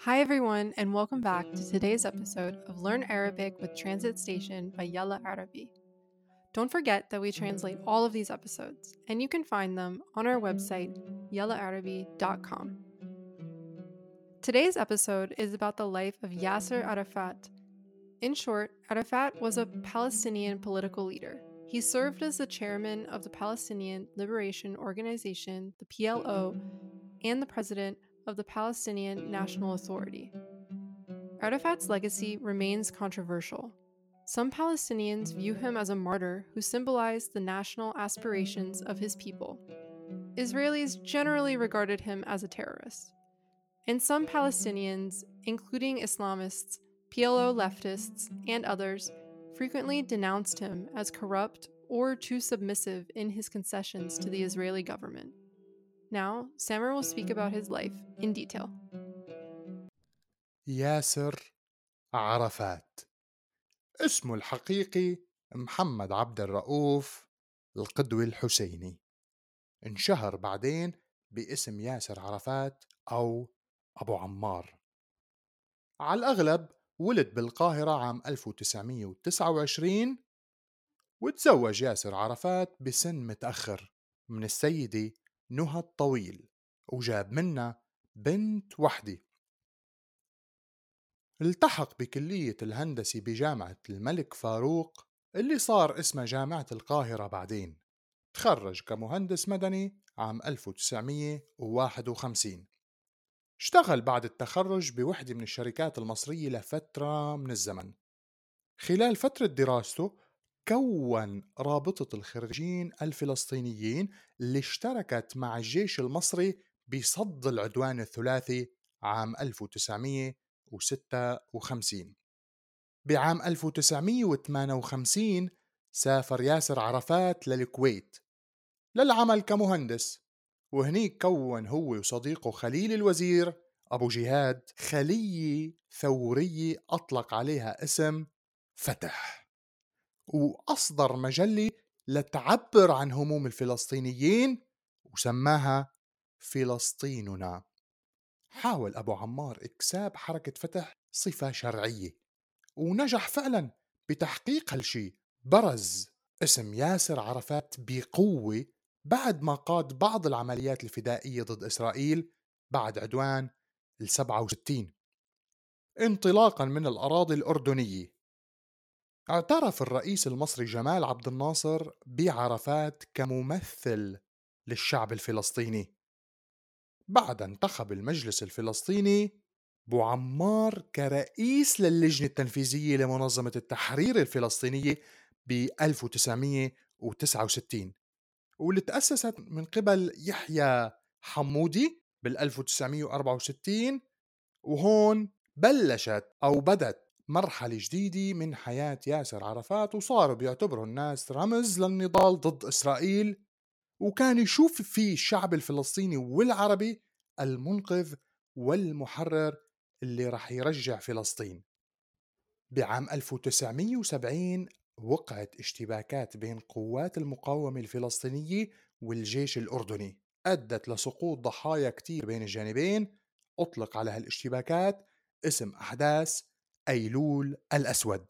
Hi, everyone, and welcome back to today's episode of Learn Arabic with Transit Station by Yalla Arabi. Don't forget that we translate all of these episodes, and you can find them on our website, yallaarabi.com. Today's episode is about the life of Yasser Arafat. In short, Arafat was a Palestinian political leader. He served as the chairman of the Palestinian Liberation Organization, the PLO, and the president of the Palestinian National Authority. Arafat's legacy remains controversial. Some Palestinians view him as a martyr who symbolized the national aspirations of his people. Israelis generally regarded him as a terrorist. And some Palestinians, including Islamists, PLO leftists, and others, frequently denounced him as corrupt or too submissive in his concessions to the Israeli government. Now, Samer will speak about his life in detail. ياسر عرفات. اسمه الحقيقي محمد عبد الرؤوف القدوي الحسيني. انشهر بعدين باسم ياسر عرفات أو أبو عمار. على الأغلب ولد بالقاهرة عام 1929، وتزوج ياسر عرفات بسن متأخر من السيدة نهى الطويل، وجاب منها بنت وحدة. التحق بكلية الهندسة بجامعة الملك فاروق اللي صار اسمها جامعة القاهرة بعدين. تخرج كمهندس مدني عام 1951. اشتغل بعد التخرج بوحدة من الشركات المصرية لفترة من الزمن. خلال فترة دراسته كون رابطة الخريجين الفلسطينيين اللي اشتركت مع الجيش المصري بصد العدوان الثلاثي عام 1956. بعام 1958 سافر ياسر عرفات للكويت للعمل كمهندس، وهنيك كون هو وصديقه خليل الوزير أبو جهاد خلية ثورية أطلق عليها اسم فتح، وأصدر مجلة لتعبر عن هموم الفلسطينيين وسماها فلسطيننا. حاول أبو عمار إكساب حركة فتح صفة شرعية، ونجح فعلا بتحقيق هالشي. برز اسم ياسر عرفات بقوة بعد ما قاد بعض العمليات الفدائية ضد إسرائيل بعد عدوان 67 انطلاقا من الأراضي الأردنية. اعترف الرئيس المصري جمال عبد الناصر بعرفات كممثل للشعب الفلسطيني. بعد انتخب المجلس الفلسطيني بو عمار كرئيس للجنة التنفيذية لمنظمة التحرير الفلسطينية ب 1969، واللي تأسست من قبل يحيى حمودي بال 1964. وهون بلشت أو بدت مرحلة جديدة من حياة ياسر عرفات، وصاروا بيعتبروا الناس رمز للنضال ضد إسرائيل، وكان يشوف فيه الشعب الفلسطيني والعربي المنقذ والمحرر اللي رح يرجع فلسطين. بعام 1970 وقعت اشتباكات بين قوات المقاومة الفلسطينية والجيش الأردني، أدت لسقوط ضحايا كتير بين الجانبين. أطلق على هالاشتباكات اسم أحداث أيلول الأسود.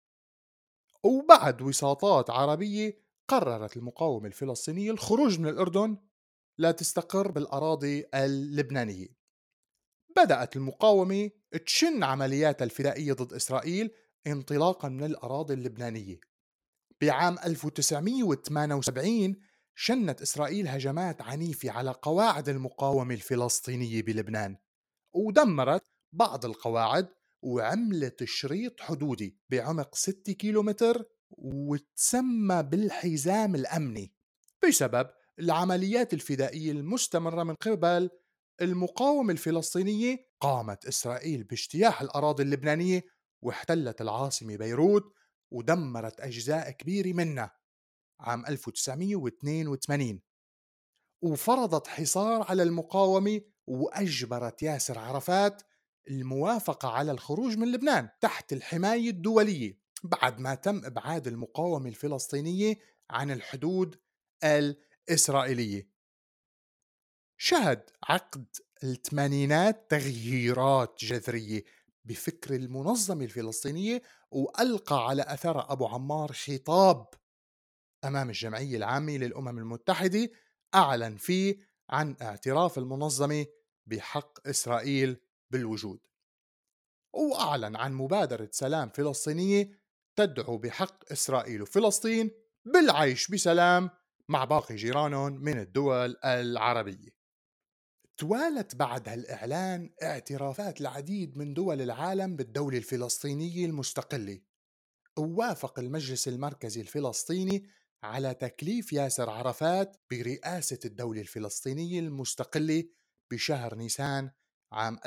وبعد وساطات عربية قررت المقاومة الفلسطينية الخروج من الأردن لا تستقر بالأراضي اللبنانية. بدأت المقاومة تشن عملياتها الفدائية ضد إسرائيل انطلاقا من الأراضي اللبنانية. بعام 1978 شنت إسرائيل هجمات عنيفة على قواعد المقاومة الفلسطينية بلبنان، ودمرت بعض القواعد وعملت شريط حدودي بعمق 6 كيلومتر وتسمى بالحزام الأمني بسبب العمليات الفدائية المستمرة من قبل المقاومة الفلسطينية. قامت إسرائيل باجتياح الأراضي اللبنانية واحتلت العاصمة بيروت ودمرت أجزاء كبيرة منها عام 1982، وفرضت حصار على المقاومة وأجبرت ياسر عرفات الموافقة على الخروج من لبنان تحت الحماية الدولية بعد ما تم إبعاد المقاومة الفلسطينية عن الحدود الإسرائيلية. شهد عقد الثمانينات تغييرات جذرية بفكر المنظمة الفلسطينية، وألقى على أثر أبو عمار خطاب أمام الجمعية العامة للأمم المتحدة أعلن فيه عن اعتراف المنظمة بحق إسرائيل بالوجود، وأعلن عن مبادرة سلام فلسطينية تدعو بحق إسرائيل وفلسطين بالعيش بسلام مع باقي جيرانهم من الدول العربية. توالت بعد هالإعلان اعترافات العديد من دول العالم بالدولة الفلسطينية المستقلة، ووافق المجلس المركزي الفلسطيني على تكليف ياسر عرفات برئاسة الدولة الفلسطينية المستقلة بشهر نيسان عام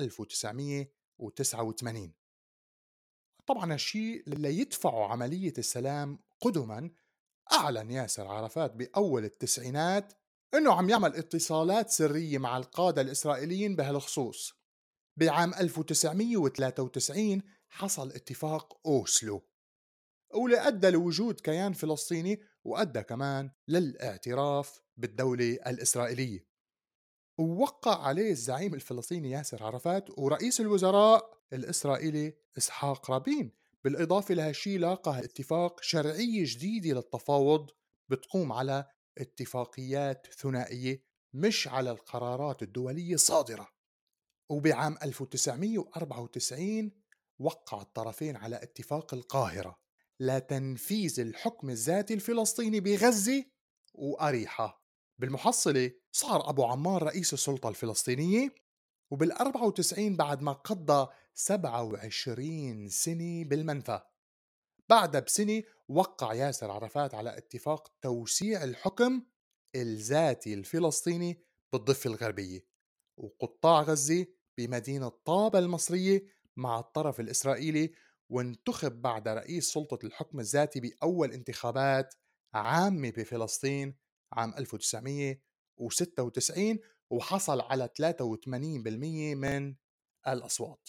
1989. طبعا الشيء اللي يدفع عملية السلام قدما، أعلن ياسر عرفات بأول التسعينات أنه عم يعمل اتصالات سرية مع القادة الإسرائيليين بهالخصوص. بعام 1993 حصل اتفاق أوسلو، واللي أدى لوجود كيان فلسطيني وأدى كمان للاعتراف بالدولة الإسرائيلية، ووقع عليه الزعيم الفلسطيني ياسر عرفات ورئيس الوزراء الإسرائيلي إسحاق رابين. بالإضافة لهالشي لاقى الاتفاق شرعية جديدة للتفاوض بتقوم على اتفاقيات ثنائية مش على القرارات الدولية الصادرة. وبعام 1994 وقع الطرفين على اتفاق القاهرة لتنفيذ الحكم الذاتي الفلسطيني بغزة وأريحة. بالمحصلة صار أبو عمار رئيس السلطة الفلسطينية، وبال94 بعد ما قضى 27 سنة بالمنفى. بعدها بسنة وقع ياسر عرفات على اتفاق توسيع الحكم الذاتي الفلسطيني بالضفة الغربية وقطاع غزة بمدينة طابة المصرية مع الطرف الإسرائيلي، وانتخب بعد رئيس سلطة الحكم الذاتي بأول انتخابات عامة بفلسطين عام 1996، وحصل على 83% من الأصوات.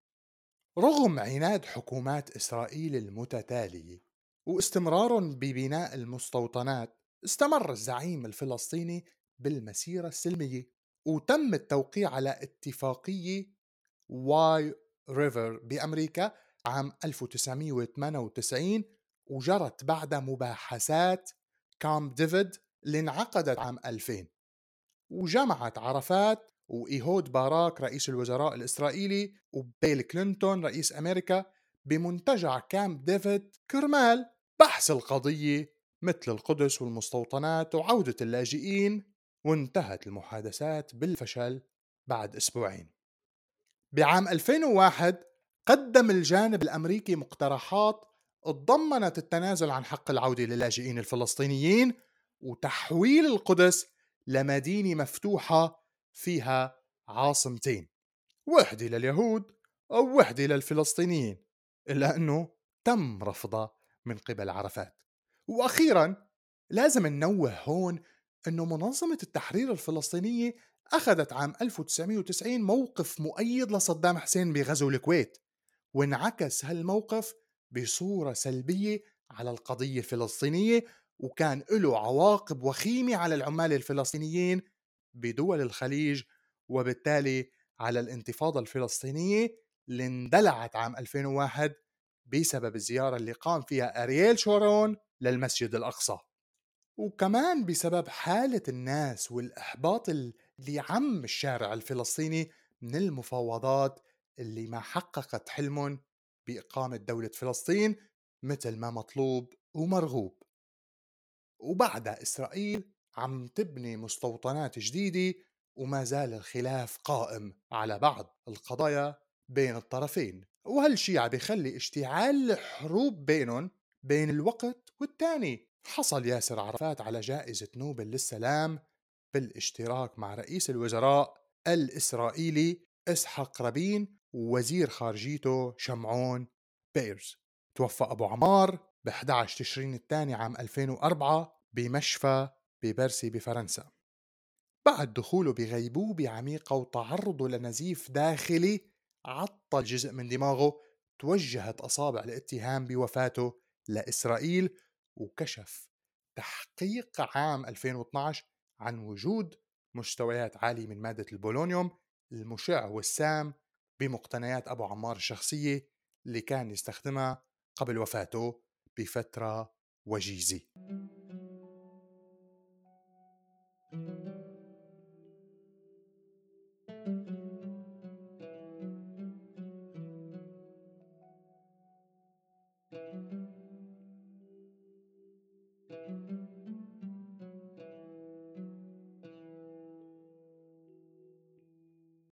رغم عناد حكومات إسرائيل المتتالية واستمرارهم ببناء المستوطنات، استمر الزعيم الفلسطيني بالمسيرة السلمية، وتم التوقيع على اتفاقية واي ريفر بأمريكا عام 1998، وجرت بعدها مباحثات كامب ديفيد اللي انعقدت عام 2000، وجمعت عرفات وإيهود باراك رئيس الوزراء الإسرائيلي وبيل كلينتون رئيس أمريكا بمنتجع كامب ديفيد كرمال بحث القضية مثل القدس والمستوطنات وعودة اللاجئين، وانتهت المحادثات بالفشل بعد أسبوعين. بعام 2001 قدم الجانب الأمريكي مقترحات تضمنت التنازل عن حق العودة للاجئين الفلسطينيين وتحويل القدس لمدينة مفتوحة فيها عاصمتين، وحدة لليهود أو وحدة للفلسطينيين، إلا أنه تم رفضها من قبل عرفات. وأخيرا لازم ننوه هون أنه منظمة التحرير الفلسطينية أخذت عام 1990 موقف مؤيد لصدام حسين بغزو الكويت، وانعكس هالموقف بصورة سلبية على القضية الفلسطينية، وكان له عواقب وخيمة على العمال الفلسطينيين بدول الخليج، وبالتالي على الانتفاضة الفلسطينية اللي اندلعت عام 2001 بسبب الزيارة اللي قام فيها أرييل شورون للمسجد الأقصى، وكمان بسبب حالة الناس والإحباط اللي عم الشارع الفلسطيني من المفاوضات اللي ما حققت حلمهم بإقامة دولة فلسطين مثل ما مطلوب ومرغوب. وبعدها إسرائيل عم تبني مستوطنات جديدة، وما زال الخلاف قائم على بعض القضايا بين الطرفين، وهالشي عم بيخلي اشتعال الحروب بينهم بين الوقت والتاني. حصل ياسر عرفات على جائزة نوبل للسلام بالاشتراك مع رئيس الوزراء الإسرائيلي إسحاق رابين ووزير خارجيته شمعون بيرز. توفى أبو عمار ب 11 تشرين الثاني عام 2004 بمشفى ببرسي بفرنسا، بعد دخوله بغيبوبة عميقة وتعرضه لنزيف داخلي عطل جزء من دماغه. توجهت أصابع الاتهام بوفاته لإسرائيل، وكشف تحقيق عام 2012 عن وجود مستويات عالية من مادة البولونيوم المشع والسام بمقتنيات أبو عمار الشخصية اللي كان يستخدمها قبل وفاته بفترة وجيزة.